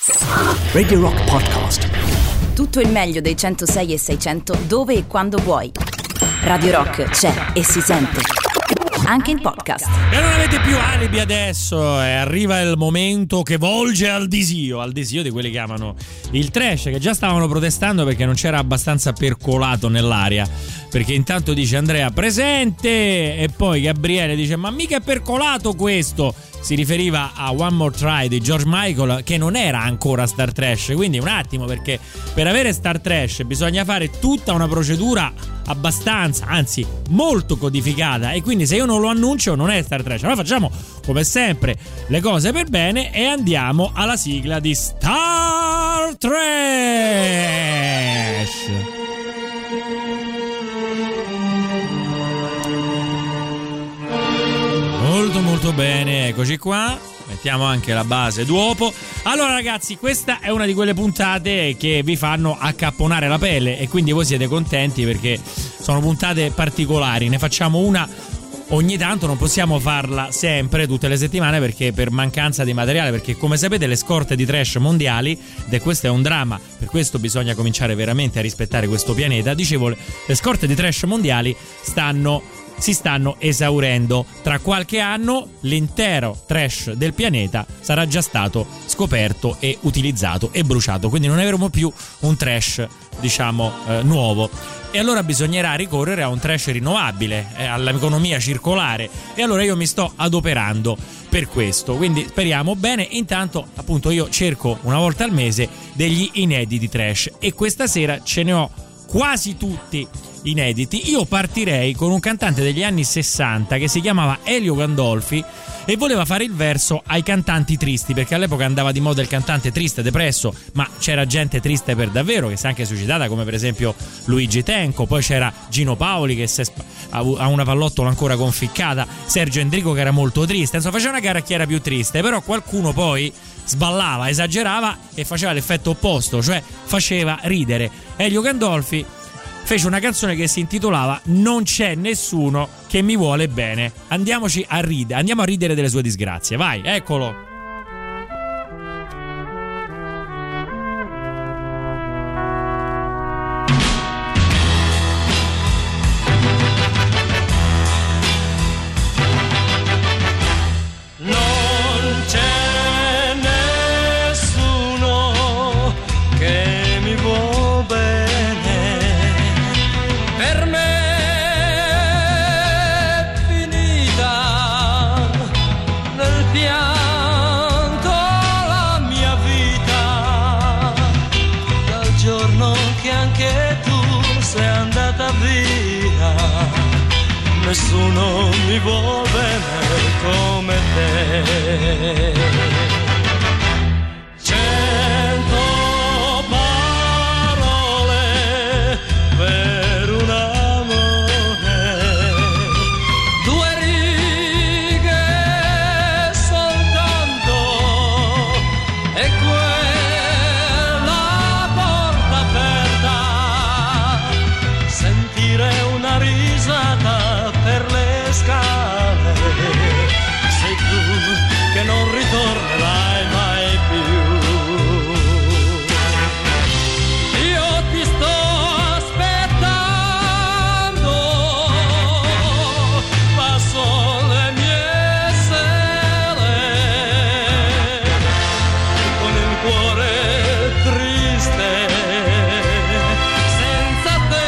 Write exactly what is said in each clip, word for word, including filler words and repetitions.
Radio Rock Podcast. Tutto il meglio dei centosei e seicento dove e quando vuoi. Radio Rock c'è e si sente anche in podcast. E non avete più alibi adesso, e arriva il momento che volge al desio, al desio di quelli che amano il trash, che già stavano protestando perché non c'era abbastanza percolato nell'aria. Perché intanto dice Andrea presente, e poi Gabriele dice ma mica è percolato questo. Si riferiva a One More Try di George Michael, che non era ancora Star Trash. Quindi un attimo, perché per avere Star Trash bisogna fare tutta una procedura abbastanza, anzi molto codificata, e quindi se io non lo annuncio non è Star Trash. Allora facciamo come sempre le cose per bene e andiamo alla sigla di Star Trash. Molto molto bene, eccoci qua. Mettiamo anche la base dopo. Allora ragazzi, questa è una di quelle puntate che vi fanno accapponare la pelle, e quindi voi siete contenti perché sono puntate particolari. Ne facciamo una ogni tanto, non possiamo farla sempre, tutte le settimane, perché per mancanza di materiale, perché come sapete le scorte di trash mondiali, e questo è un dramma, per questo bisogna cominciare veramente a rispettare questo pianeta. Dicevo, le scorte di trash mondiali stanno si stanno esaurendo. Tra qualche anno l'intero trash del pianeta sarà già stato scoperto e utilizzato e bruciato, quindi non avremo più un trash, diciamo, eh, nuovo. E allora bisognerà ricorrere a un trash rinnovabile, eh, all'economia circolare, e allora io mi sto adoperando per questo, quindi speriamo bene. Intanto appunto io cerco una volta al mese degli inediti trash, e questa sera ce ne ho quasi tutti inediti. Io partirei con un cantante degli anni sessanta che si chiamava Elio Gandolfi e voleva fare il verso ai cantanti tristi, perché all'epoca andava di moda il cantante triste, depresso, ma c'era gente triste per davvero che si è anche suicidata, come per esempio Luigi Tenco. Poi c'era Gino Paoli che ha una pallottola ancora conficcata, Sergio Endrico che era molto triste. Insomma, faceva una gara a chi era più triste, però qualcuno poi sballava, esagerava e faceva l'effetto opposto, cioè faceva ridere. Elio Gandolfi fece una canzone che si intitolava Non c'è nessuno che mi vuole bene. Andiamoci a ridere, andiamo a ridere delle sue disgrazie. Vai, eccolo. Nessuno mi vuole bene come te. Cento parole per un amore, due righe soltanto, e quella porta aperta, sentire una risata per le scale, sei tu che non ritornerai mai più. Io ti sto aspettando, passo le mie sere con il cuore triste, senza te.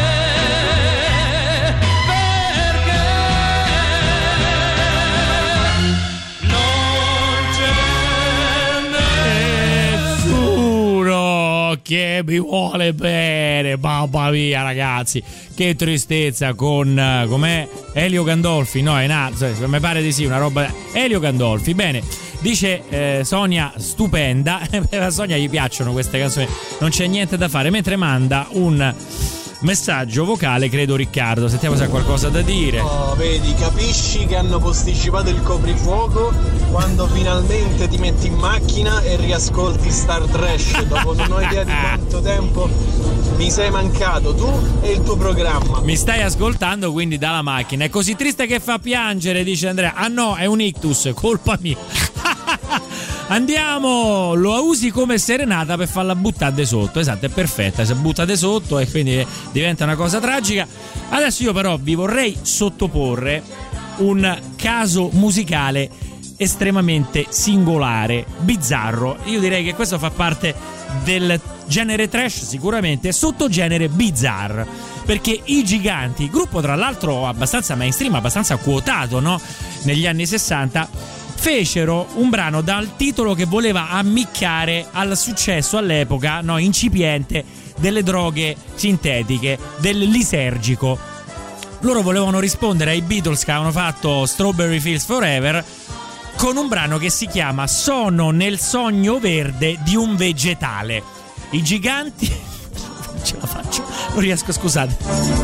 Che mi vuole bene, mamma mia ragazzi, che tristezza. Con com'è Elio Gandolfi, no è nato, mi pare di sì, una roba. Elio Gandolfi, bene. Dice eh, Sonia stupenda. A Sonia gli piacciono queste canzoni, non c'è niente da fare, mentre manda un messaggio vocale, credo Riccardo, sentiamo se ha qualcosa da dire. Oh, vedi, capisci che hanno posticipato il coprifuoco quando finalmente ti metti in macchina e riascolti Star Trash. Dopo non ho idea di quanto tempo mi sei mancato, tu e il tuo programma. Mi stai ascoltando quindi dalla macchina, è così triste che fa piangere, dice Andrea. Ah no, è un ictus, colpa mia. Andiamo, lo usi come serenata per farla buttare di sotto. Esatto, è perfetta, si butta di sotto e quindi diventa una cosa tragica. Adesso io però vi vorrei sottoporre un caso musicale estremamente singolare, bizzarro. Io direi che questo fa parte del genere trash, sicuramente sottogenere bizzarro, perché i Giganti, gruppo tra l'altro abbastanza mainstream, abbastanza quotato, no? Negli anni sessanta, fecero un brano dal titolo che voleva ammicchiare al successo all'epoca, no, incipiente delle droghe sintetiche, del lisergico. Loro volevano rispondere ai Beatles che avevano fatto Strawberry Fields Forever con un brano che si chiama Sono nel sogno verde di un vegetale. I Giganti non ce la faccio, non riesco, scusate.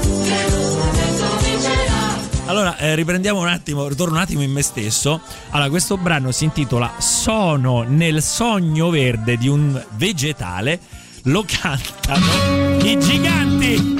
Allora eh, riprendiamo un attimo, ritorno un attimo in me stesso. Allora, questo brano si intitola Sono nel sogno verde di un vegetale. Lo cantano i Giganti.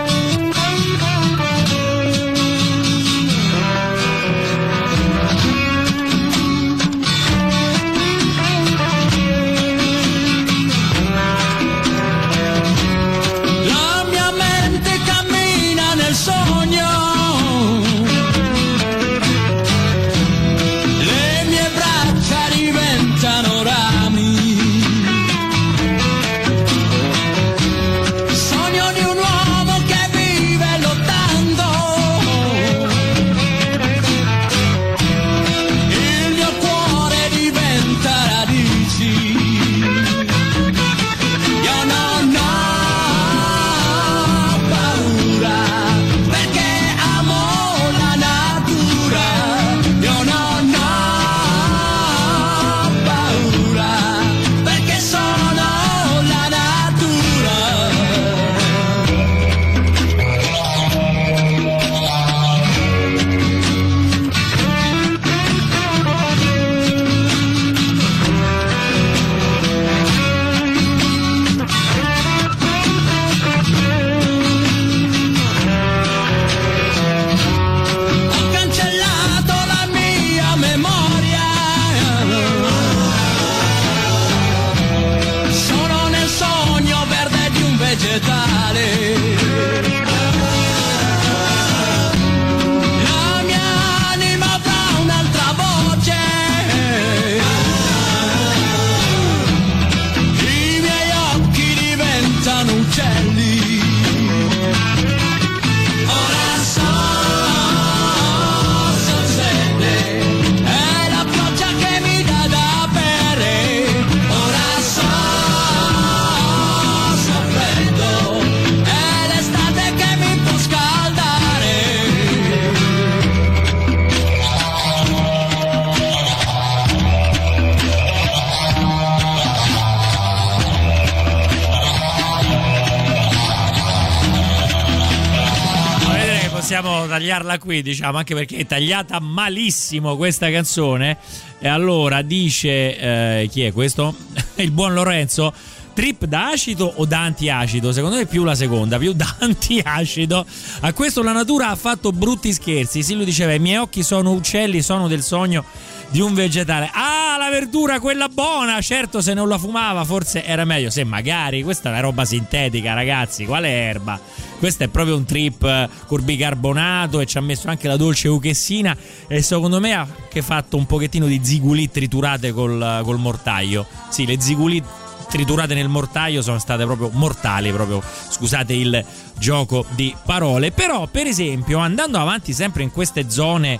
Possiamo tagliarla qui, diciamo, anche perché è tagliata malissimo questa canzone. E allora dice eh, chi è questo? Il buon Lorenzo. Trip da acido o da antiacido? Secondo me più la seconda, più da antiacido. A questo la natura ha fatto brutti scherzi. Sì, lui diceva: i miei occhi sono uccelli, sono del sogno di un vegetale. Ah, la verdura, quella buona. Certo, se non la fumava forse era meglio. Se magari, questa è una roba sintetica, ragazzi. Quale erba? Questo è proprio un trip col bicarbonato e ci ha messo anche la dolce euchessina. E secondo me ha anche fatto un pochettino di zigulì triturate col, col mortaio. Sì, le zigulì triturate nel mortaio sono state proprio mortali, proprio, scusate il gioco di parole. Però, per esempio, andando avanti sempre in queste zone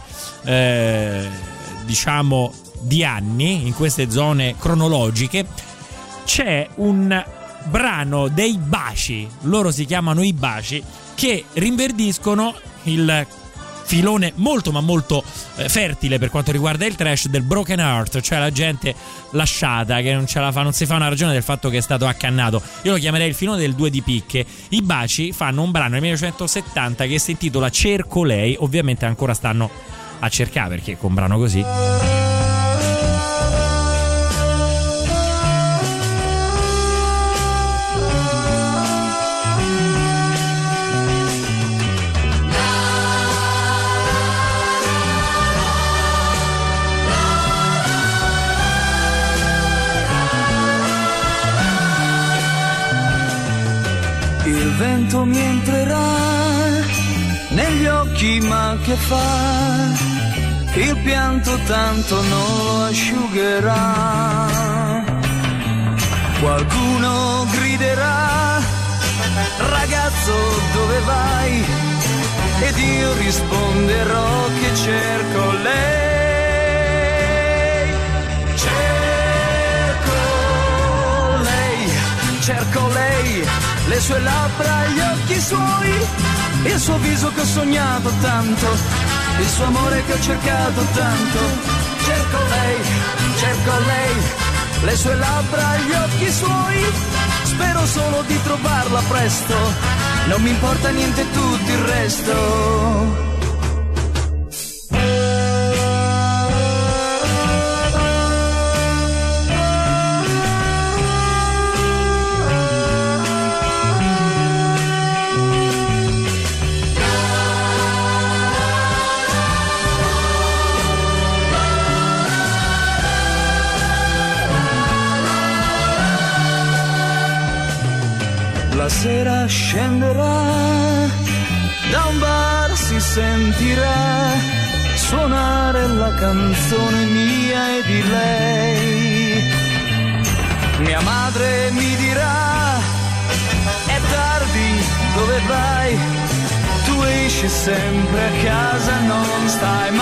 eh, diciamo di anni, in queste zone cronologiche, c'è un brano dei Baci, loro si chiamano i Baci, che rinverdiscono il filone molto ma molto eh, fertile per quanto riguarda il trash del broken heart, cioè la gente lasciata che non ce la fa, non si fa una ragione del fatto che è stato accannato. Io lo chiamerei il filone del due di picche. I Baci fanno un brano nel millenovecentosettanta che si intitola Cerco lei, ovviamente ancora stanno a cercare, perché con un brano così vento mi entrerà negli occhi, ma che fa? Il pianto tanto non lo asciugherà. Qualcuno griderà: ragazzo, dove vai? Ed io risponderò che cerco lei. Cerco lei, cerco lei, le sue labbra, gli occhi suoi, il suo viso che ho sognato tanto, il suo amore che ho cercato tanto. Cerco lei, cerco lei, le sue labbra, gli occhi suoi, spero solo di trovarla presto, non mi importa niente tutto il resto. La sera scenderà, da un bar si sentirà suonare la canzone mia e di lei. Mia madre mi dirà: è tardi, dove vai? Tu esci sempre a casa, non stai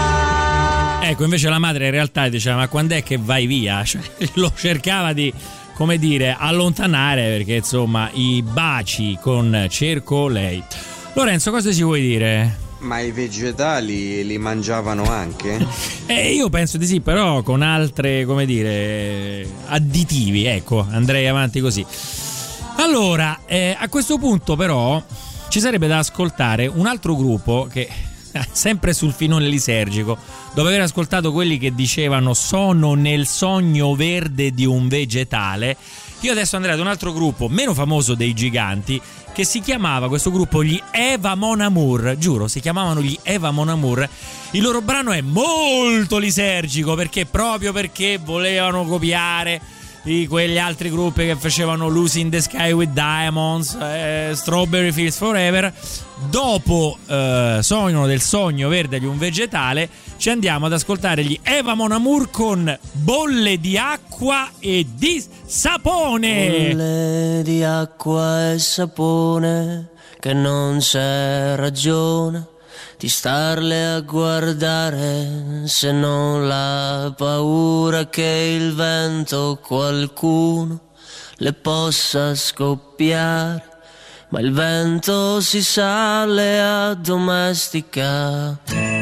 mai. Ecco, invece la madre in realtà diceva: ma quando è che vai via? Cioè, lo cercava di, come dire, allontanare, perché insomma i baci con cerco lei. Lorenzo, cosa ci vuoi dire? Ma i vegetali li mangiavano anche? Eh, io penso di sì, però con altre, come dire, additivi, ecco, andrei avanti così. Allora, eh, a questo punto però ci sarebbe da ascoltare un altro gruppo che, sempre sul filone lisergico, dopo aver ascoltato quelli che dicevano sono nel sogno verde di un vegetale, io adesso andrei ad un altro gruppo meno famoso dei giganti, che si chiamava, questo gruppo, gli Eva Mon Amour. Giuro, si chiamavano gli Eva Mon Amour. Il loro brano è molto lisergico, perché proprio perché volevano copiare di quegli altri gruppi che facevano Lucy in the Sky with Diamonds, eh, Strawberry Fields Forever. Dopo eh, Sogno del sogno verde di un vegetale, ci andiamo ad ascoltare gli Eva Mon Amour con Bolle di acqua e di sapone. Bolle di acqua e sapone, che non c'è ragione di starle a guardare, se non la paura che il vento qualcuno le possa scoppiare. Ma il vento si sale a domestica,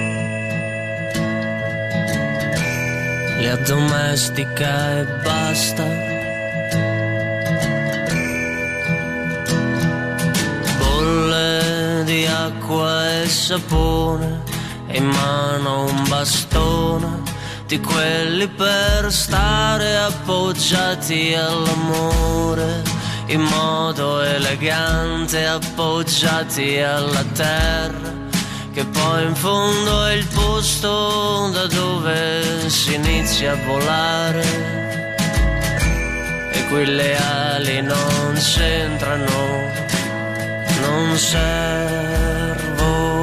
le addomestica e basta. Bolle di acqua e sapone, e in mano un bastone, di quelli per stare appoggiati all'amore, in modo elegante appoggiati alla terra, che poi in fondo è il posto da dove si inizia a volare. E qui le ali non c'entrano, non servono.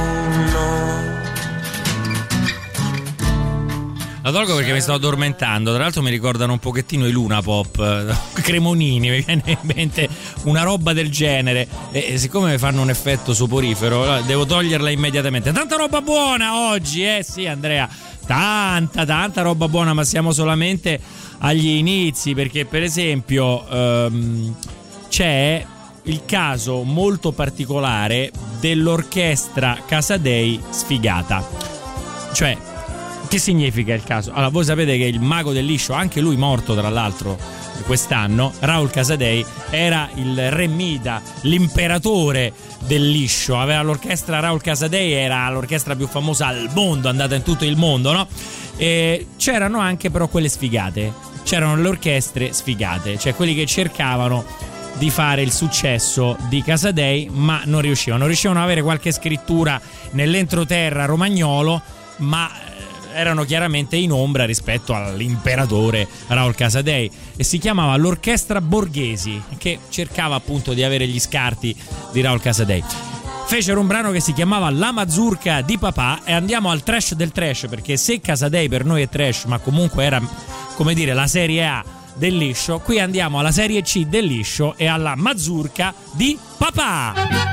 La tolgo perché mi sto addormentando. Tra l'altro mi ricordano un pochettino i Luna Pop, Cremonini, mi viene in mente una roba del genere, e siccome mi fanno un effetto soporifero devo toglierla immediatamente. Tanta roba buona oggi, eh sì Andrea, tanta tanta roba buona, ma siamo solamente agli inizi, perché per esempio ehm, c'è il caso molto particolare dell'orchestra Casadei sfigata. Cioè, che significa il caso? Allora, voi sapete che il mago del liscio, anche lui morto tra l'altro quest'anno, Raul Casadei, era il re Mida, l'imperatore del liscio. Aveva l'orchestra Raul Casadei, era l'orchestra più famosa al mondo, andata in tutto il mondo, no? E c'erano anche però quelle sfigate, c'erano le orchestre sfigate, cioè quelli che cercavano di fare il successo di Casadei ma non riuscivano, riuscivano ad avere qualche scrittura nell'entroterra romagnolo, ma erano chiaramente in ombra rispetto all'imperatore Raul Casadei, e si chiamava l'Orchestra Borghesi, che cercava appunto di avere gli scarti di Raul Casadei. Fecero un brano che si chiamava La Mazurka di papà, e andiamo al trash del trash, perché se Casadei per noi è trash, ma comunque era, come dire, la serie A del liscio, qui andiamo alla serie C del liscio e alla Mazurka di papà.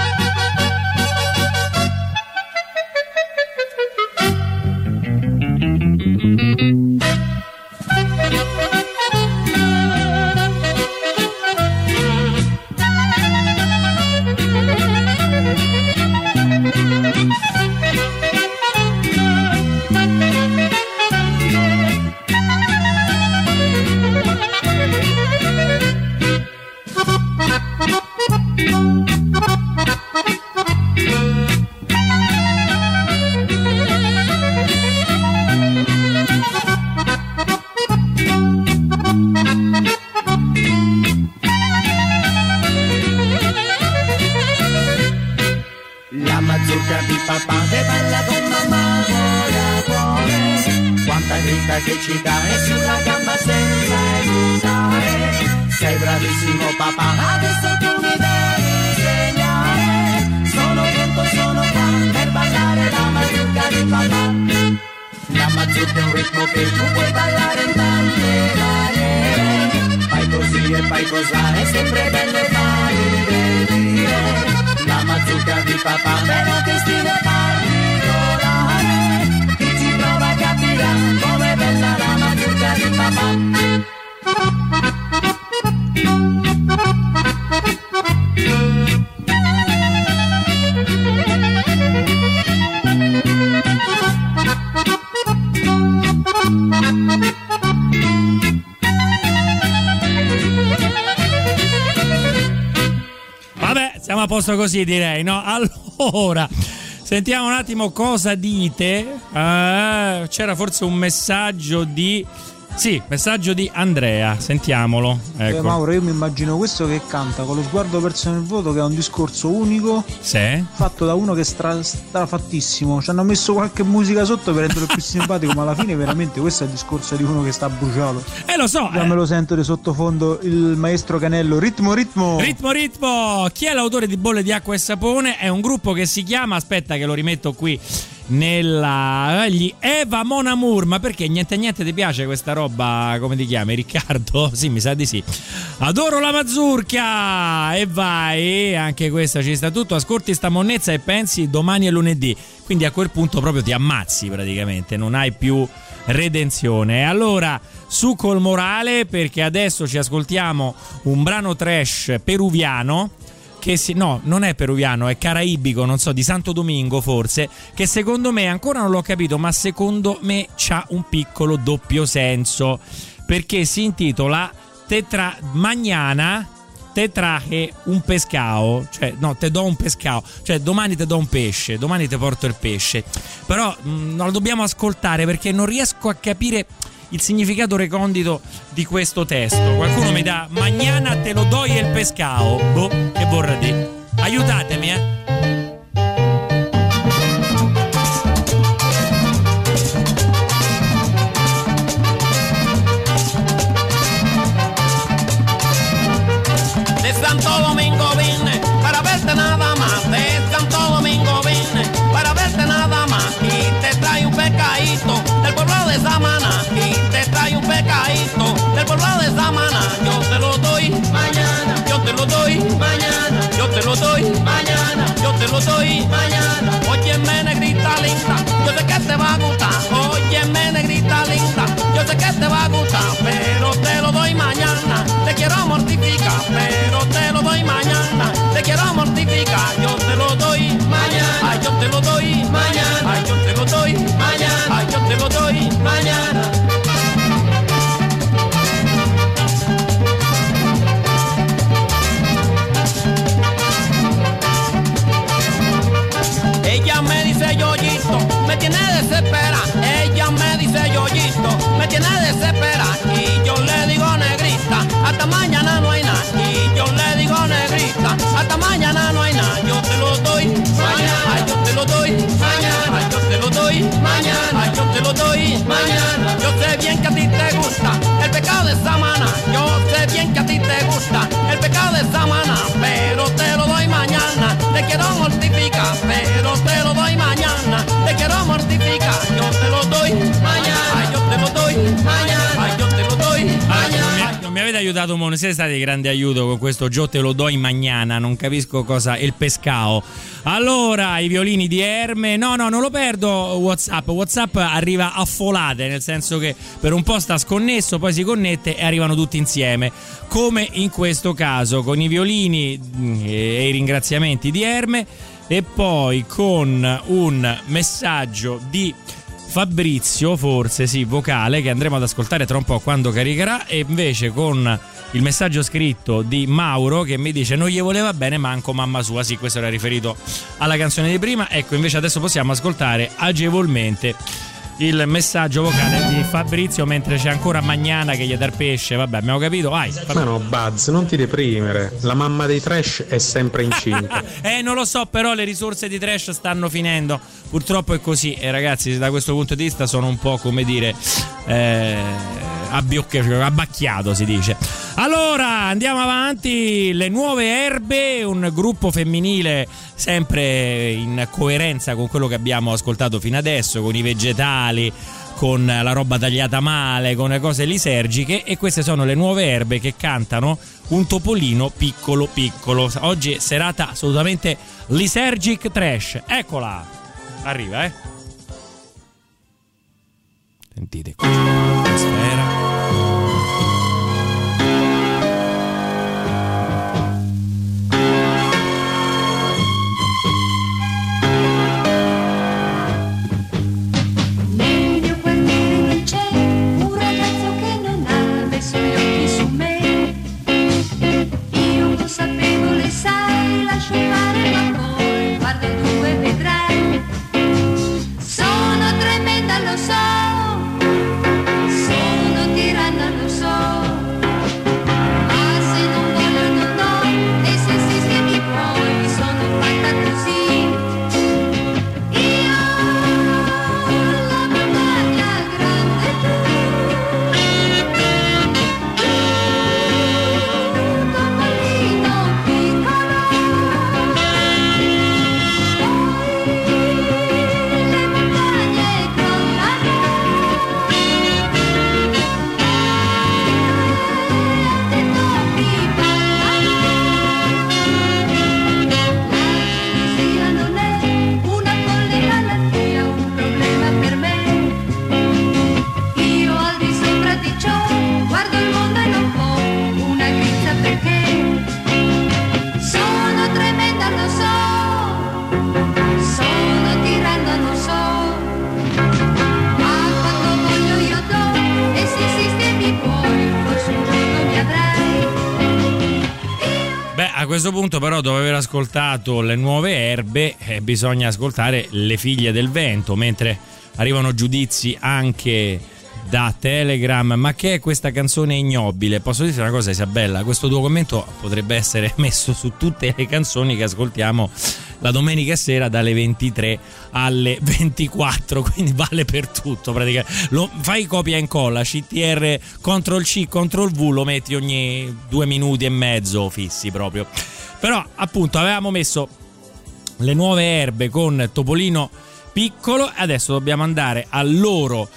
Che ci dà e sulla gamba senza aiutare. Sei bravissimo papà, adesso tu mi devi insegnare. Sono pronto, sono qua per ballare la mazurka di papà. La mazurka è un ritmo che tu puoi ballare in tante maniere. Fai così e fai cos'ha, è sempre bello fare vedere. La mazurka di papà, però che stile particolare. Chi ci prova capirà come è bella la mazurka di papà. Vabbè, siamo a posto così, direi, no? Allora, sentiamo un attimo cosa dite. Uh, c'era forse un messaggio di... Sì, messaggio di Andrea, sentiamolo. Ecco. Eh, Mauro, io mi immagino questo che canta con lo sguardo perso nel vuoto, che ha un discorso unico, sì, fatto da uno che è stra, strafattissimo. Ci hanno messo qualche musica sotto per renderlo più simpatico, ma alla fine veramente questo è il discorso di uno che sta bruciato. Eh, lo so. Già eh. me lo sento di sottofondo il maestro Canello. Ritmo, ritmo. Ritmo, ritmo. Chi è l'autore di Bolle di acqua e sapone? È un gruppo che si chiama, aspetta che lo rimetto qui nella gli Eva Mon Amour. Ma perché niente niente ti piace questa roba? Come ti chiami, Riccardo? Sì, mi sa di sì. Adoro la mazurka. E vai, anche questa ci sta tutto. Ascolti sta monnezza e pensi domani è lunedì. Quindi a quel punto proprio ti ammazzi praticamente, non hai più redenzione. Allora, su col morale, perché adesso ci ascoltiamo un brano trash peruviano che si, no, non è peruviano, è caraibico, non so, di Santo Domingo forse, che secondo me, ancora non l'ho capito, ma secondo me c'ha un piccolo doppio senso, perché si intitola Tetra Mañana te traje un pescao, cioè no, te do un pescao, cioè domani te do un pesce, domani te porto il pesce. Però mh, non lo dobbiamo ascoltare perché non riesco a capire il significato recondito di questo testo. Qualcuno mi dà mañana te lo doy el pescao. Boh, che vorrà dire? Aiutatemi, eh. De Santo Domingo vine para verte nada más. De Santo Domingo vine para verte nada más. Y te trae un pescadito del pueblo de Samaná. Y te trae un pescadito del pueblo de Samaná. Yo te lo doy mañana. Yo te lo doy mañana. Yo te lo doy mañana. Yo te lo doy mañana. Óyeme, negrita linda, yo sé que te va a gustar. Óyeme, negrita linda, yo sé que te va a gustar. Pero te lo doy mañana. Te quiero mortificar, pero te lo doy mañana. Te quiero mortificar, yo te lo doy mañana. Ay, yo te lo doy mañana. Ay, yo te lo doy mañana. Ay, yo te lo doy mañana. Ella me dice Yoyito, me tiene desespera. Ella me dice Yoyito, me tiene desespera. Y yo mañana no hay nada. Y yo le digo negrita, hasta mañana no hay nada. Yo te lo doy mañana, ay, yo te lo doy mañana, ay, yo te lo doy mañana, ay, yo te lo doy mañana. Yo sé bien que a ti te gusta el pecado de Samana. Yo sé bien que a ti te gusta el pecado de Samana, pero te lo doy mañana. Te quiero mortificar, pero te lo doy mañana. Te quiero mortificar, yo te lo doy mañana, ay, yo te lo doy mañana, ay, yo te lo doy mañana. Non mi avete aiutato, mo, non siete stati di grande aiuto con questo "Yo te lo doy mañana", non capisco cosa, il pescao. Allora, i violini di Erme, no no non lo perdo. WhatsApp WhatsApp arriva a folate, nel senso che per un po' sta sconnesso, poi si connette e arrivano tutti insieme, come in questo caso, con i violini e i ringraziamenti di Erme, e poi con un messaggio di Fabrizio, forse sì, vocale, che andremo ad ascoltare tra un po' quando caricherà, e invece con il messaggio scritto di Mauro che mi dice non gli voleva bene manco mamma sua. Sì, questo era riferito alla canzone di prima. Ecco, invece adesso possiamo ascoltare agevolmente il messaggio vocale di Fabrizio, mentre c'è ancora Magnana che gli dà il pesce. Vabbè, abbiamo capito. Vai. Ma no, Buzz, non ti deprimere. La mamma dei trash è sempre incinta. Eh, non lo so, però le risorse di trash stanno finendo. Purtroppo è così. E ragazzi, da questo punto di vista sono un po', come dire, eh, abbiocche, abbacchiato, si dice. Allora, andiamo avanti. Le Nuove Erbe, un gruppo femminile sempre in coerenza con quello che abbiamo ascoltato fino adesso, con i vegetali, con la roba tagliata male, con le cose lisergiche, e queste sono le Nuove Erbe che cantano Un topolino piccolo piccolo. Oggi è serata assolutamente lisergic trash. Eccola, arriva, eh sentite qui l'atmosfera. A questo punto però, dopo aver ascoltato le Nuove Erbe, eh, bisogna ascoltare Le Figlie del Vento, mentre arrivano giudizi anche da Telegram. Ma che è questa canzone ignobile? Posso dire una cosa, Isabella? Questo tuo commento potrebbe essere messo su tutte le canzoni che ascoltiamo la domenica sera dalle ventitré alle ventiquattro, quindi vale per tutto praticamente. Lo, fai copia e incolla, C T R Ctrl C Ctrl V, lo metti ogni due minuti e mezzo fissi proprio. Però appunto avevamo messo Le Nuove Erbe con Topolino Piccolo, e adesso dobbiamo andare al loro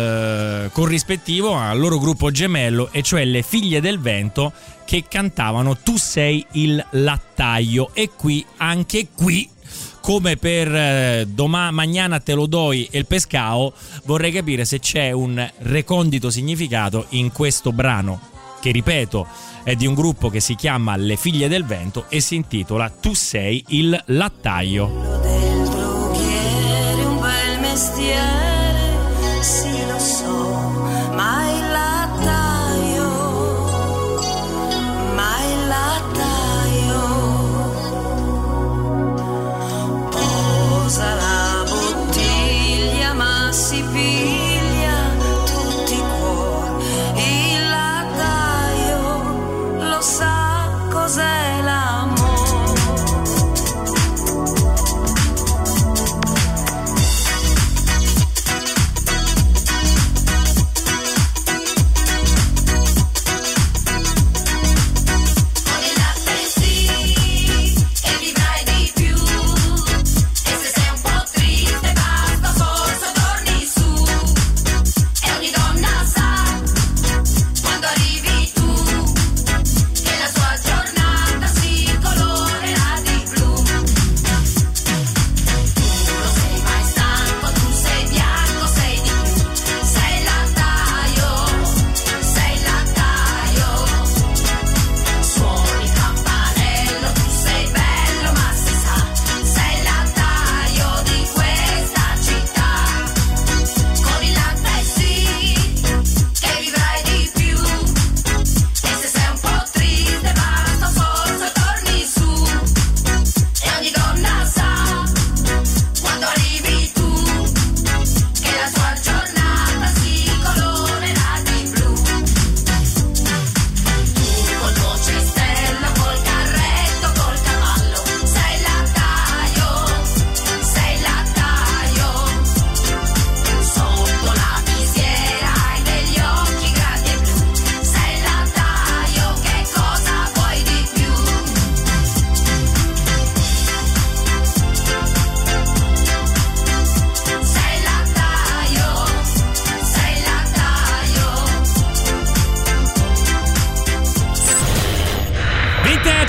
eh, corrispettivo, al loro gruppo gemello, e cioè Le Figlie del Vento, che cantavano Tu sei il lattaio. E qui, anche qui, come per eh, domani, mañana te lo doi e il pescao, vorrei capire se c'è un recondito significato in questo brano, che ripeto è di un gruppo che si chiama Le Figlie del Vento e si intitola Tu sei il lattaio. Del droghiere, un bel mestiere, sì lo so, ma il lattaio, ma il lattaio posa la bottiglia ma si piglia tutti i cuori, il lattaio lo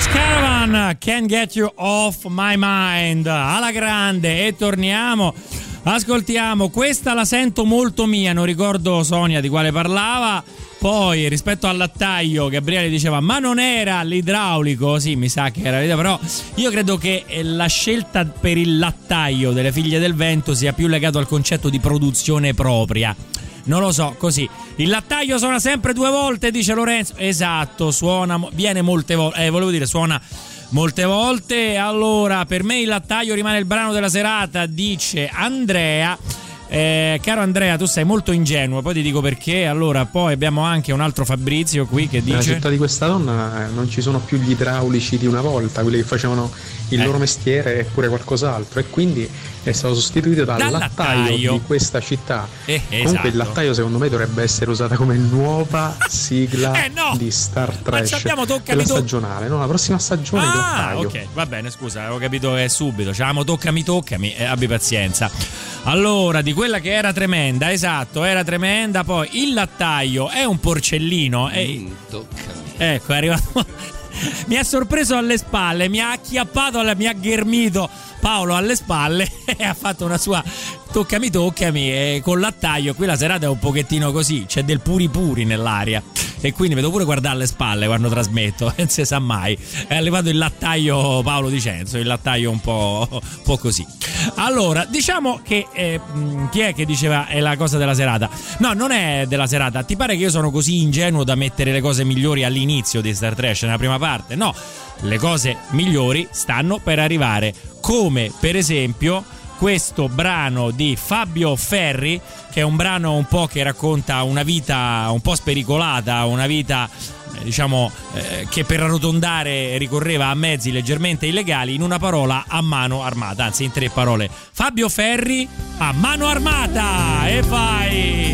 Dutch Caravan, Can't Get You Off My Mind, alla grande. E torniamo, ascoltiamo, questa la sento molto mia, non ricordo Sonia di quale parlava. Poi rispetto al lattaio Gabriele diceva ma non era l'idraulico, sì mi sa che era, però io credo che la scelta per il lattaio delle Figlie del Vento sia più legato al concetto di produzione propria. Non lo so, così. Il lattaio suona sempre due volte, dice Lorenzo. Esatto, suona, viene molte volte, eh, volevo dire suona molte volte. Allora, per me il lattaio rimane il brano della serata, dice Andrea. Eh, caro Andrea, tu sei molto ingenuo, poi ti dico perché. Allora, poi abbiamo anche un altro Fabrizio qui che dice: nella città di questa donna non ci sono più gli idraulici di una volta, quelli che facevano il eh. loro mestiere e pure qualcos'altro, e quindi è stato sostituito dal, dal lattaio, lattaio di questa città. Eh, esatto. Comunque il lattaio secondo me dovrebbe essere usata come nuova sigla eh, no. di Star Trash della stagionale, no? La prossima stagione ah, il lattaio. Ok, va bene, scusa, avevo capito che subito c'avevamo toccami toccami, eh, abbi pazienza. Allora, di quella che era tremenda, esatto, era tremenda. Poi il lattaio è un porcellino. E... ecco, è arrivato. Mi ha sorpreso alle spalle, mi ha acchiappato, mi ha ghermito Paolo alle spalle e ha fatto una sua toccami toccami e con lattaio. Qui la serata è un pochettino così, c'è del puri puri nell'aria e quindi vedo pure guardare alle spalle quando trasmetto, non si sa mai. È arrivato il lattaio Paolo Dicenzo, il lattaio un po', un po' così. Allora, diciamo che eh, chi è che diceva è la cosa della serata? No, non è della serata. Ti pare che io sono così ingenuo da mettere le cose migliori all'inizio di Star Trash, nella prima parte? No, le cose migliori stanno per arrivare, come per esempio questo brano di Fabio Ferri, che è un brano un po' che racconta una vita un po' spericolata, una vita eh, diciamo eh, che per arrotondare ricorreva a mezzi leggermente illegali, in una parola, a mano armata, anzi in tre parole. Fabio Ferri, a mano armata, e vai!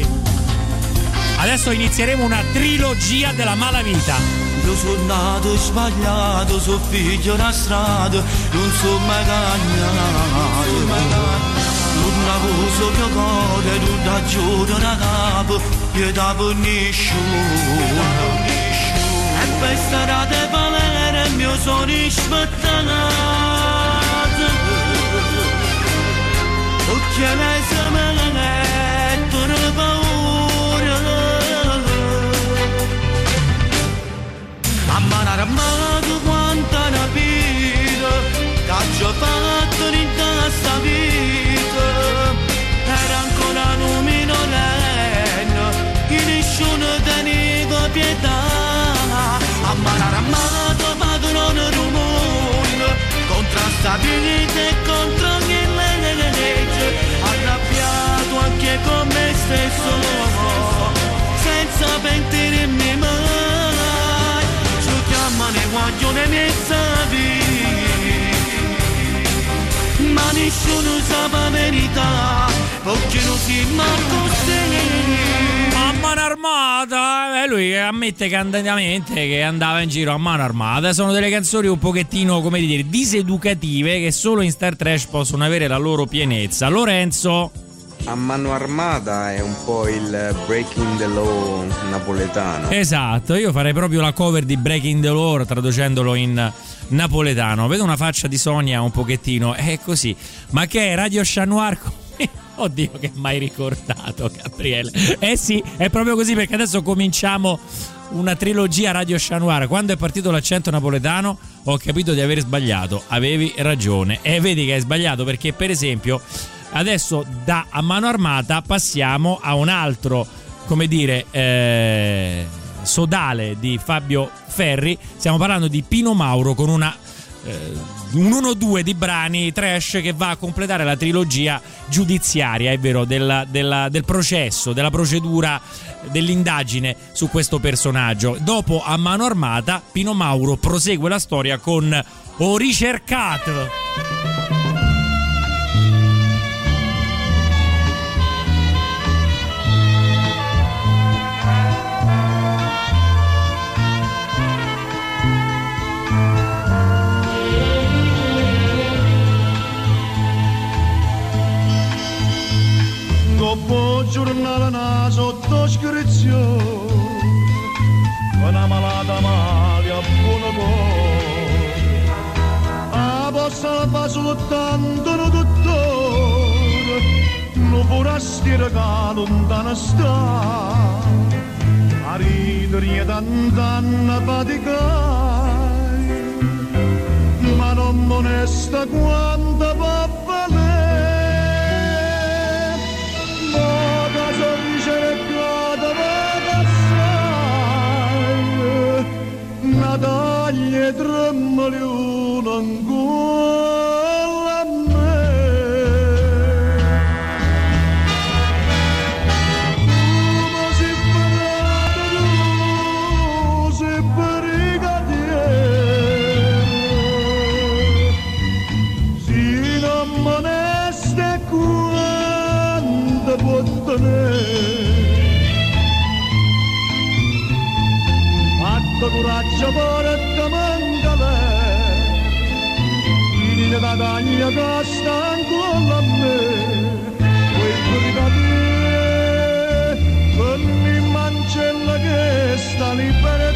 Adesso inizieremo una trilogia della malavita. Io sono nato sbagliato, sono figlio una strada, non sono mai cagnato. Non avuto mio cuore, non da giuro da capo, io da nessuno. E per strade valere mio sono ispettato. Occhi e lei se me ne mettono paura. Mamma armato quanta una vita che ha già fatto in questa vita, era ancora un minorenne che nessuno teneva pietà. Mamma armato padrone del mondo contro sta vita e contro ogni legge, arrabbiato anche con me stesso senza pentirmi mai. Ne voglio le mie savi, ma nessuno sa la verità, perché non si manco se a mano armata. E lui ammette candidamente che andava in giro a mano armata. Sono delle canzoni un pochettino, come dire, diseducative, che solo in Star Trash possono avere la loro pienezza. Lorenzo? A mano armata è un po' il Breaking the Law napoletano. Esatto, io farei proprio la cover di Breaking the Law traducendolo in napoletano. Vedo una faccia di Sonia un pochettino, è così. Ma che è Radio Chat Noir? Oddio, che mai ricordato, Gabriele. Eh sì, è proprio così, perché adesso cominciamo una trilogia Radio Chat Noir. Quando è partito l'accento napoletano ho capito di aver sbagliato. Avevi ragione. E vedi che hai sbagliato, perché per esempio adesso da A mano armata passiamo a un altro, come dire, eh, sodale di Fabio Ferri. Stiamo parlando di Pino Mauro con una eh, un uno due di brani trash che va a completare la trilogia giudiziaria, è vero, della, della, del processo, della procedura, dell'indagine su questo personaggio. Dopo A mano armata Pino Mauro prosegue la storia con Ho ricercato. Dopo giornale na sottoscrizione, una malata male a buono cuore, ti regalo lontano sta, a ridere tant'anna faticai, ma non onesta quanto va valere, ma da sorridere cercata va passare, Natalia tremoli un ancora a me. Come si parata tu, si brigadiere, si non moneste quanto può tenere. Fatto coraggio pure te manca lei, figlia da taglia che sta ancora a me, puoi brigare ogni mancella che sta libera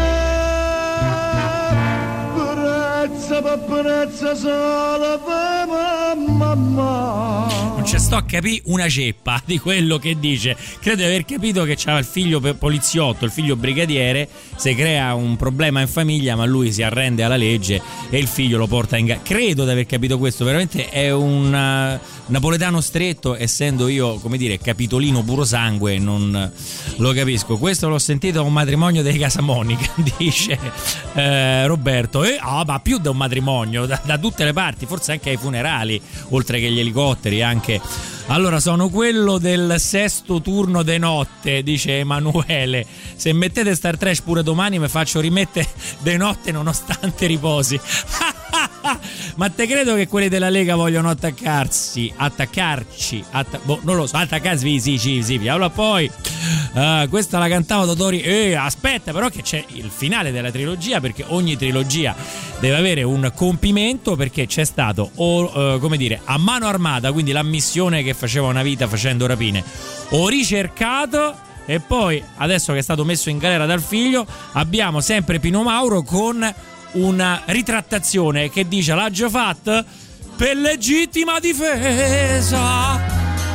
te, prezza per prezza solo per mamma. Non ci sto a capire una ceppa di quello che dice. Credo di aver capito che c'aveva il figlio poliziotto, il figlio brigadiere, si crea un problema in famiglia ma lui si arrende alla legge e il figlio lo porta in gara. Credo di aver capito questo, veramente è un uh, napoletano stretto, essendo io, come dire, capitolino puro sangue, non lo capisco. Questo l'ho sentito a un matrimonio dei Casamonica, dice eh, Roberto. E ah, ma più da un matrimonio, da, da tutte le parti, forse anche ai funerali, oltre che agli elicotteri anche. Allora, sono quello del sesto turno de notte, dice Emanuele. Se mettete Star Trash pure domani mi faccio rimettere de notte nonostante riposi. Ma te credo che quelli della Lega vogliono attaccarsi, attaccarci, atta- boh, non lo so, attaccarsi, sì, sì, sì, sì. Allora poi uh, questa la cantava Dottori. Eh, aspetta però che c'è il finale della trilogia, perché ogni trilogia deve avere un compimento, perché c'è stato, o, uh, come dire, a mano armata, quindi l'ammissione che faceva una vita facendo rapine, o ricercato, e poi adesso che è stato messo in galera dal figlio abbiamo sempre Pino Mauro con una ritrattazione che dice l'ha già fatta per legittima difesa.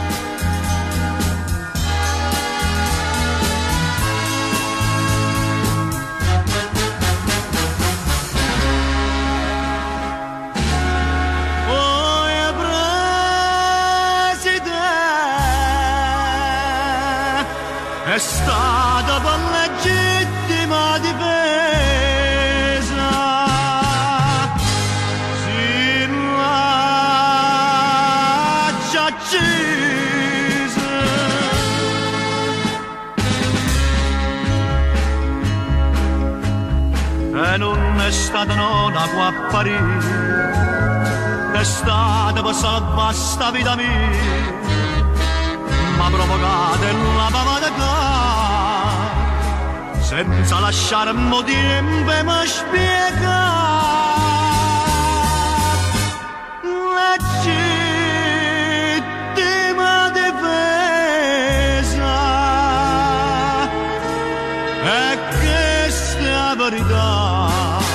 È stata per legittima difesa, si l'ha accesa. E non è stata una qua a parire, è stata per salvare sta vita mia, ma provocate la pavata senza lasciarmi tempo e mi spiegare legittima difesa. E questa è la verità,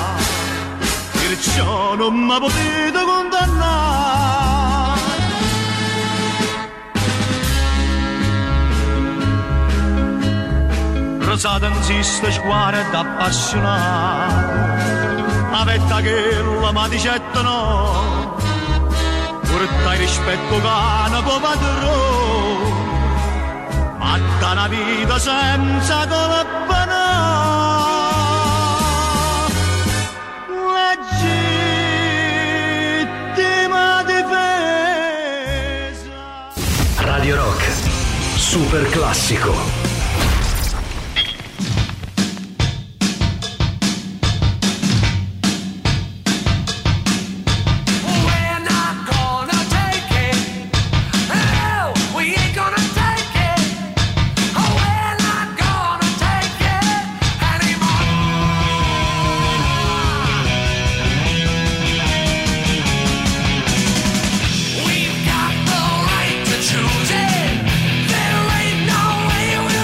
perciò non mi potete condannare. Rosata insiste, guarda appassionata, la vetta che la ma dicetta no, porta il rispetto cane po' padrone, ma da una vita senza colpa no. Legittima difesa. Radio Rock, super classico. We've got the right to choose it. There ain't no way we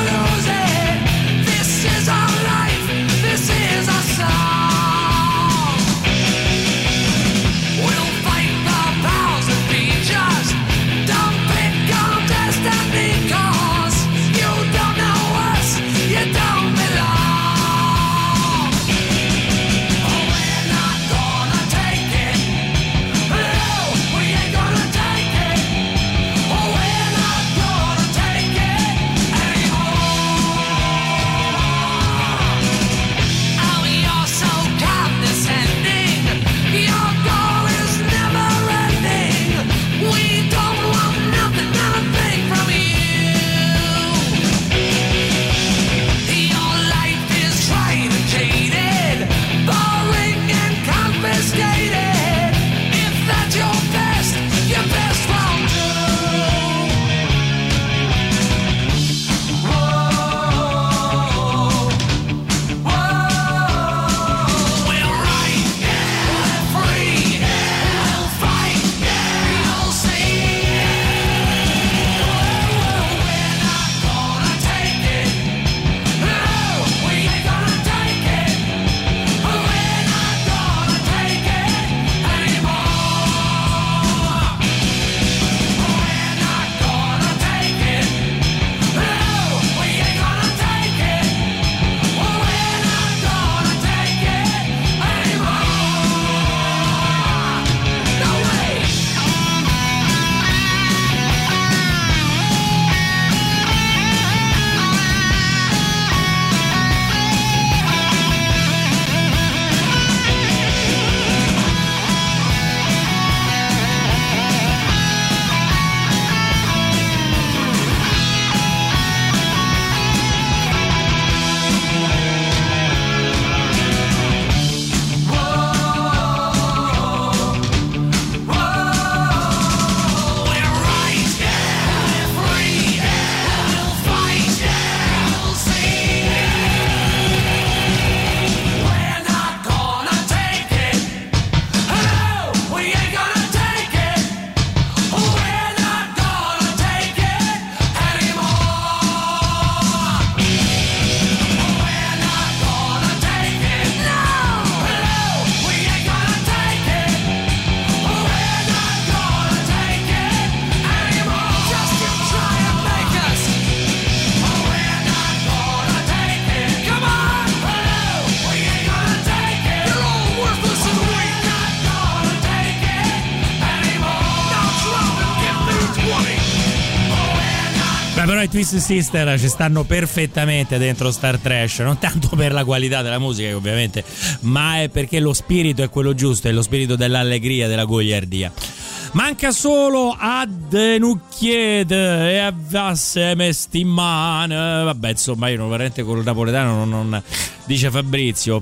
però i Twisted Sister ci stanno perfettamente dentro Star Trash, non tanto per la qualità della musica, che ovviamente, ma è perché lo spirito è quello giusto, è lo spirito dell'allegria, della goliardia. Manca solo a Denucchiede e a Vasseme Stimman. Vabbè, insomma, io non veramente con il napoletano non, non dice Fabrizio.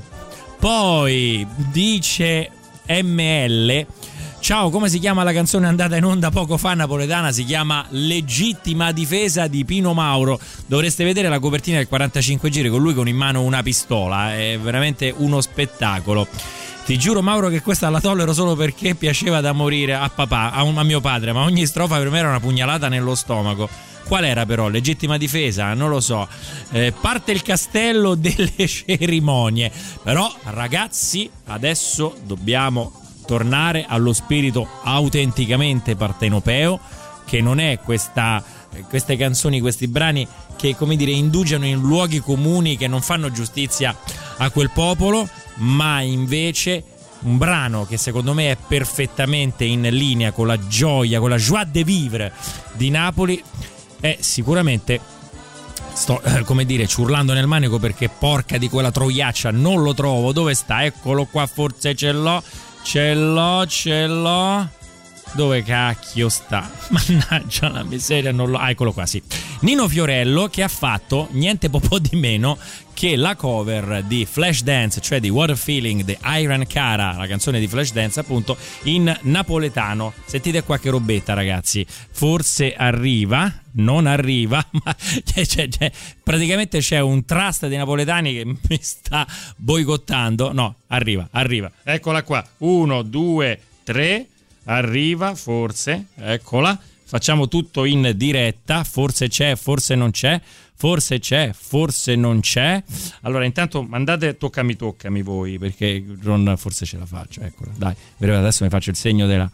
Poi dice M L: ciao, come si chiama la canzone andata in onda poco fa napoletana? Si chiama Legittima difesa di Pino Mauro. Dovreste vedere la copertina del quarantacinque giri con lui con in mano una pistola, è veramente uno spettacolo. Ti giuro, Mauro, che questa la tollero solo perché piaceva da morire a papà, a, un, a mio padre, ma ogni strofa per me era una pugnalata nello stomaco. Qual era però? Legittima difesa? Non lo so. Eh, parte il castello delle cerimonie. Però ragazzi, adesso dobbiamo tornare allo spirito autenticamente partenopeo, che non è questa, queste canzoni, questi brani che, come dire, indugiano in luoghi comuni che non fanno giustizia a quel popolo, ma invece un brano che secondo me è perfettamente in linea con la gioia, con la joie de vivre di Napoli. È sicuramente, sto eh, come dire ciurlando nel manico perché porca di quella troiaccia non lo trovo. Dove sta? Eccolo qua, forse ce l'ho, ce l'ho, ce l'ho. Dove cacchio sta? Mannaggia la miseria, non lo... Ah, eccolo qua, sì. Nino Fiorello, che ha fatto niente po' di meno che la cover di Flashdance, cioè di What a Feeling di Iron Cara, la canzone di Flashdance appunto, in napoletano. Sentite qua che robetta, ragazzi. Forse arriva, non arriva, ma c'è, c'è, c'è, praticamente c'è un trust di napoletani che mi sta boicottando. No, arriva, arriva. Eccola qua. Uno, due, tre... Arriva, forse, eccola. Facciamo tutto in diretta. Forse c'è, forse non c'è. Forse c'è, forse non c'è. Allora, intanto mandate toccami, toccami voi, perché non, forse ce la faccio. Eccola, dai. Adesso mi faccio il segno della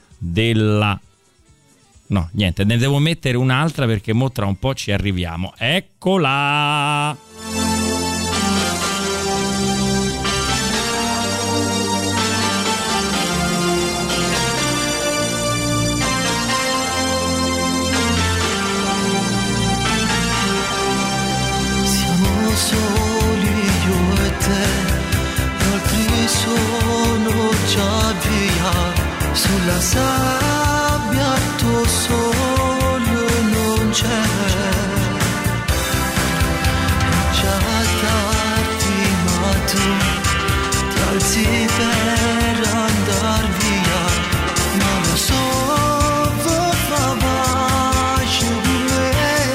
della no, niente, ne devo mettere un'altra perché mo tra un po' ci arriviamo. Eccola. Soli io e te, altri sono già via, sulla sabbia tuo sole non c'è, è già tardi ma tu ti alzi per andar via, ma lo so va bacio di me.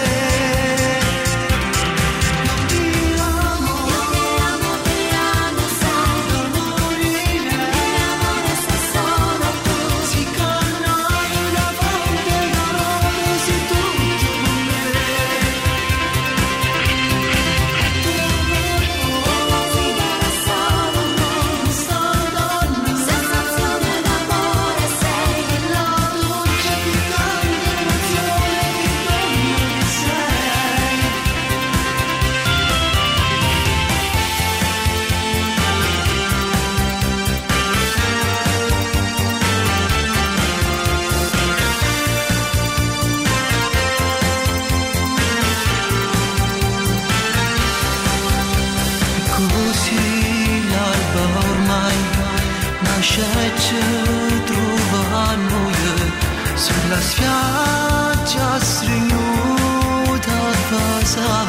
Ci trovano sulla spiaggia strinuta a casa,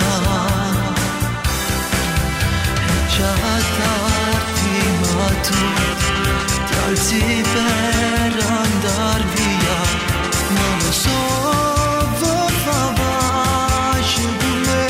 è già tardi ma tu ti alzi per andar via, ma lo so va bacio di me.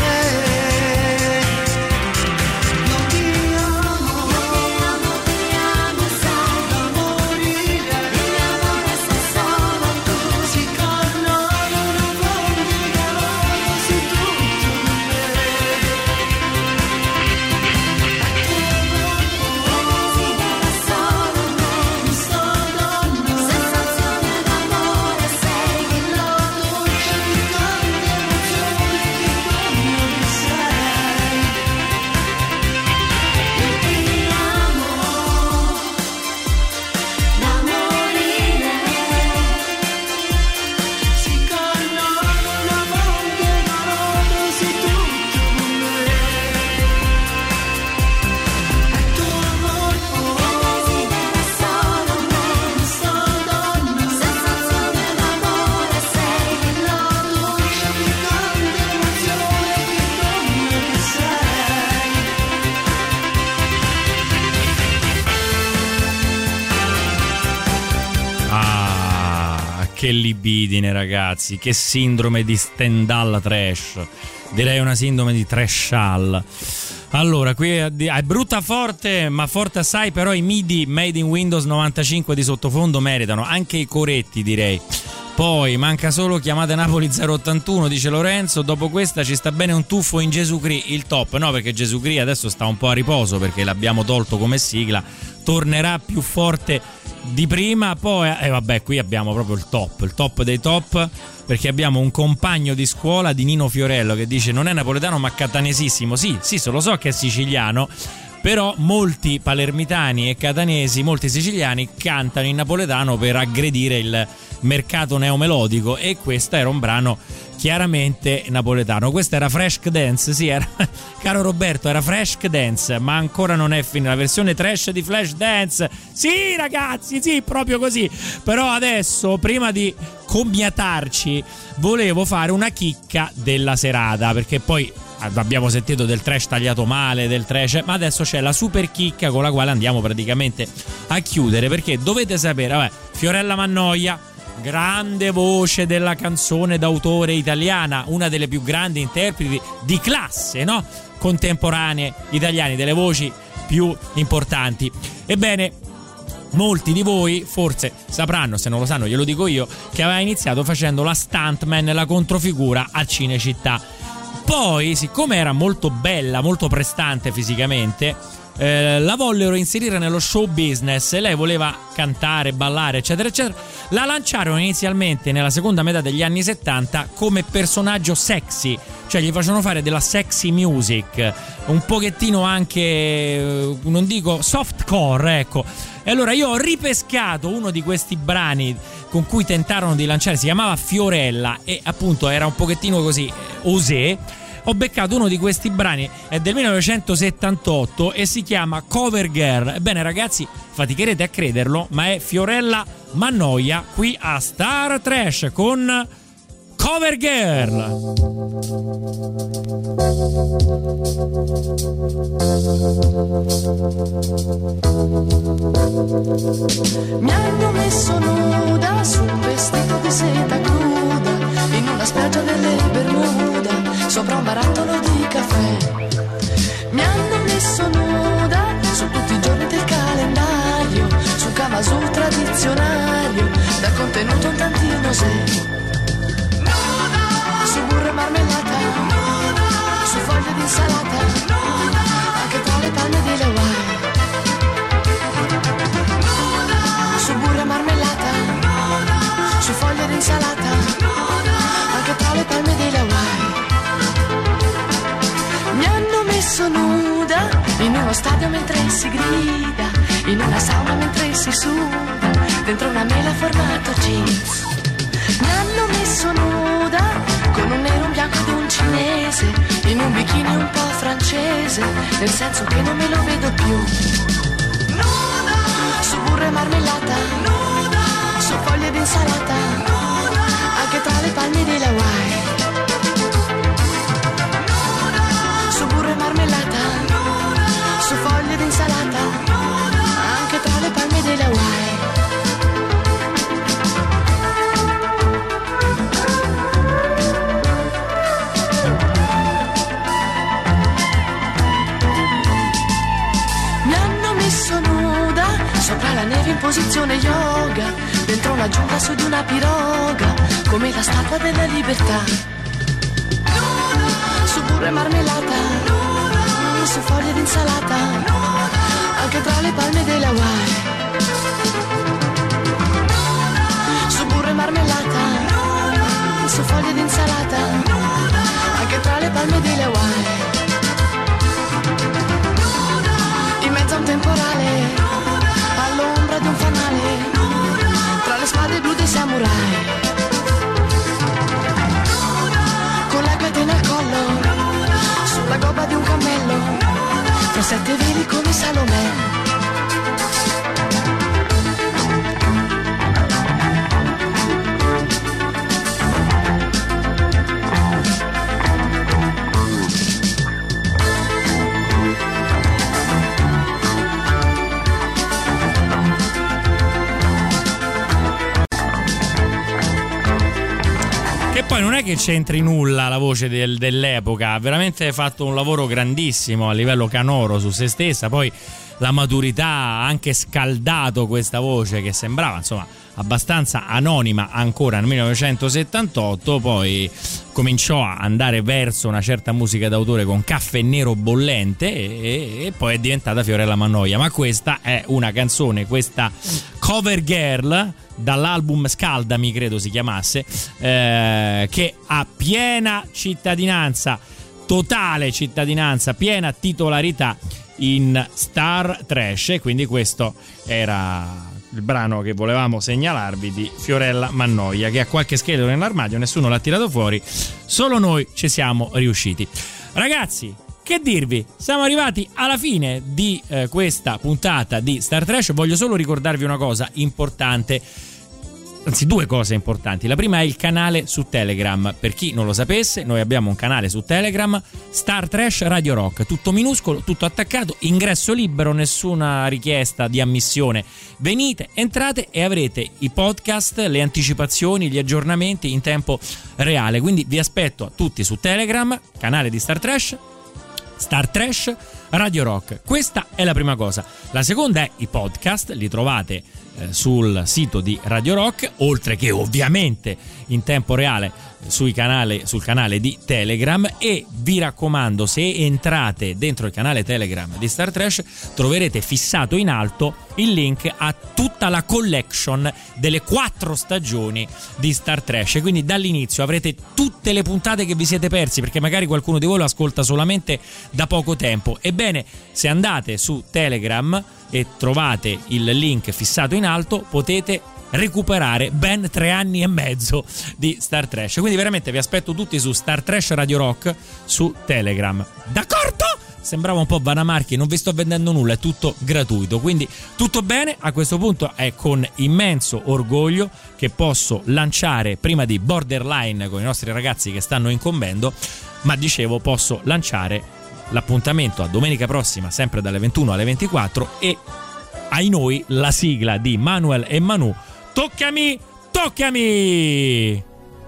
che libidine, ragazzi, che sindrome di Stendhal trash, direi una sindrome di trashall. Allora, qui è brutta forte, ma forte assai, però i MIDI made in Windows novantacinque di sottofondo meritano, anche i coretti direi. Poi manca solo Chiamate Napoli zero ottantuno, dice Lorenzo. Dopo questa ci sta bene un tuffo in Gesù Cri, il top. No, perché Gesù Cri adesso sta un po' a riposo perché l'abbiamo tolto come sigla. Tornerà più forte di prima. Poi, eh, vabbè, qui abbiamo proprio il top, il top dei top, perché abbiamo un compagno di scuola di Nino Fiorello che dice non è napoletano ma catanesissimo. Sì, sì, se lo so che è siciliano, però molti palermitani e catanesi, molti siciliani cantano in napoletano per aggredire il mercato neomelodico, e questo era un brano chiaramente napoletano. Questa era Fresh Dance, sì, era, caro Roberto, era Fresh Dance, ma ancora non è finita la versione trash di Flash Dance. Sì, ragazzi, sì, proprio così. Però adesso, prima di commiatarci, volevo fare una chicca della serata, perché poi abbiamo sentito del trash tagliato male, del trash, ma adesso c'è la super chicca con la quale andiamo praticamente a chiudere, perché dovete sapere, vabbè, Fiorella Mannoia, grande voce della canzone d'autore italiana, una delle più grandi interpreti di classe, no? Contemporanee italiani, delle voci più importanti. Ebbene, molti di voi forse sapranno, se non lo sanno glielo dico io, che aveva iniziato facendo la stuntman, la controfigura a Cinecittà. Poi, siccome era molto bella, molto prestante fisicamente, eh, la vollero inserire nello show business e lei voleva cantare, ballare, eccetera, eccetera. La lanciarono inizialmente nella seconda metà degli anni settanta come personaggio sexy, cioè gli facevano fare della sexy music, un pochettino anche, non dico softcore, ecco. E allora io ho ripescato uno di questi brani con cui tentarono di lanciare, si chiamava Fiorella e appunto era un pochettino così osé. Ho beccato uno di questi brani, è del millenovecentosettantotto e si chiama Cover Girl. Ebbene ragazzi, faticherete a crederlo, ma è Fiorella Mannoia qui a Star Trash con Cover Girl. Mi hanno messo nuda su un vestito di seta cruda in una spiaggia delle Bermuda, sopra un barattolo di caffè. Mi hanno messo nuda su tutti i giorni del calendario, su Kama Sutra dizionario, da contenuto un tantino se. Su burro e marmellata, su foglie di insalata, anche tra le palme di Hawaii. Su burro e marmellata, su foglie di insalata, anche tra le palme di Hawaii. Mi hanno messo nuda in uno stadio mentre si grida, in una sauna mentre si suda, dentro una mela formato jeans. Mi hanno messo nuda con un nero, un bianco ed un cinese, in un bikini un po' francese, nel senso che non me lo vedo più. Nuda! Su burro e marmellata, nuda! Su foglie di insalata, nuda! Anche tra le palme di Hawaii. Nuda! Su burro e marmellata, nuda! Su foglie di insalata, nuda! Anche tra le palme di Hawaii. Sopra la neve in posizione yoga, dentro una giungla su di una piroga, come la statua della libertà. Su burro e marmellata, su foglie di insalata, anche tra le palme delle Hawaii. Su burro e marmellata, su foglie di insalata, anche tra le palme delle Hawaii. In mezzo a un temporale, all'ombra di un fanale, tra le spade blu dei samurai, con la catena al collo, sulla gobba di un cammello, tra sette veli come Salomè. poi non è che c'entri nulla la voce del, dell'epoca, ha veramente fatto un lavoro grandissimo a livello canoro su se stessa, poi la maturità ha anche scaldato questa voce che sembrava insomma abbastanza anonima ancora nel millenovecentosettantotto, poi cominciò a andare verso una certa musica d'autore con Caffè Nero Bollente e, e poi è diventata Fiorella Mannoia. Ma questa è una canzone, questa Cover Girl dall'album Scaldami credo si chiamasse, eh, che ha piena cittadinanza, totale cittadinanza, piena titolarità in Star Trash, e quindi questo era il brano che volevamo segnalarvi di Fiorella Mannoia, che ha qualche scheletro nell'armadio, nessuno l'ha tirato fuori, solo noi ci siamo riusciti. Ragazzi, che dirvi? Siamo arrivati alla fine di eh, questa puntata di Star Trash. Voglio solo ricordarvi una cosa importante, anzi due cose importanti. La prima è il canale su Telegram. Per chi non lo sapesse, noi abbiamo un canale su Telegram, Star Trash Radio Rock, tutto minuscolo, tutto attaccato, ingresso libero, nessuna richiesta di ammissione. Venite, entrate e avrete i podcast, le anticipazioni, gli aggiornamenti in tempo reale. Quindi vi aspetto a tutti su Telegram, canale di Star Trash, Star Trash Radio Rock. Questa è la prima cosa. La seconda è i podcast, li trovate eh, sul sito di Radio Rock, oltre che ovviamente in tempo reale sui canale, sul canale di Telegram. E vi raccomando, se entrate dentro il canale Telegram di Star Trash troverete fissato in alto il link a tutta la collection delle quattro stagioni di Star Trash, quindi dall'inizio avrete tutte le puntate che vi siete persi, perché magari qualcuno di voi lo ascolta solamente da poco tempo. Ebbene, se andate su Telegram e trovate il link fissato in alto, potete recuperare ben tre anni e mezzo di Star Trash. Quindi veramente vi aspetto tutti su Star Trash Radio Rock su Telegram. D'accordo? Sembrava un po' Vanamarchi, non vi sto vendendo nulla, è tutto gratuito, quindi tutto bene. A questo punto è con immenso orgoglio che posso lanciare, prima di Borderline con i nostri ragazzi che stanno incombendo, ma dicevo posso lanciare l'appuntamento a domenica prossima, sempre dalle ventuno alle ventiquattro, e ai noi la sigla di Manuel e Manu, Toccami, toccami!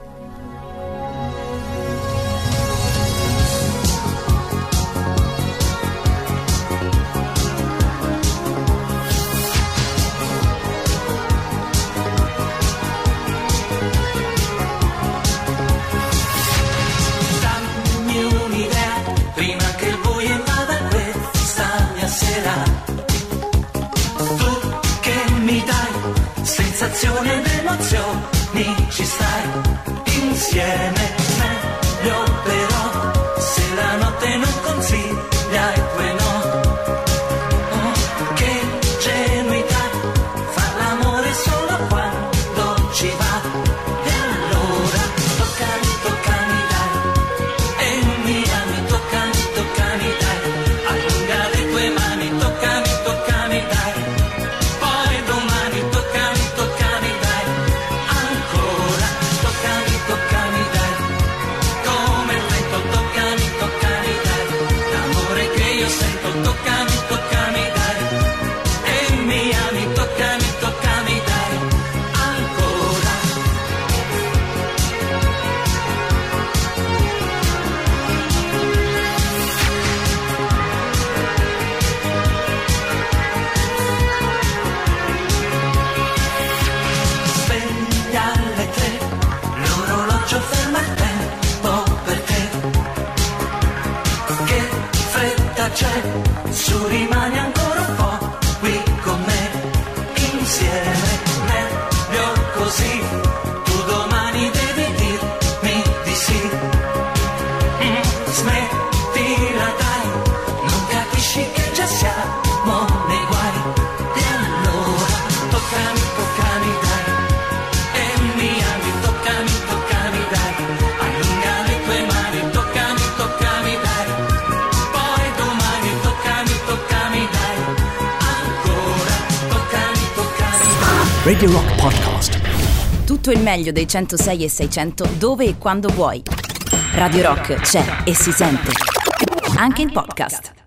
Sensazione ed emozioni, ci stai insieme, meglio però se la notte non consiglia i tuoi no. Oh, che genuità, far l'amore solo quando ci va. E allora toccami, toccami dai, e mi ami, toccami, toccami dai, allunga le tue mani, toccami, toccami dai. Toccami, toccami dai, e mi ami, toccami, toccami dai, ancora. Svegli alle tre, l'orologio ferma il tempo per te. Che fretta c'è, su rimani ancora un po' qui con me, insieme, meglio così, tu domani devi dirmi di sì. Mm, smettila dai, non capisci che già siamo nei guai. E allora toccami, toccami dai, e mi ami, toccami, toccami dai, allunga le tue mani, toccami, toccami dai. Radio Rock Podcast. Tutto il meglio dei centosei e seicento dove e quando vuoi. Radio Rock c'è e si sente. Anche in podcast.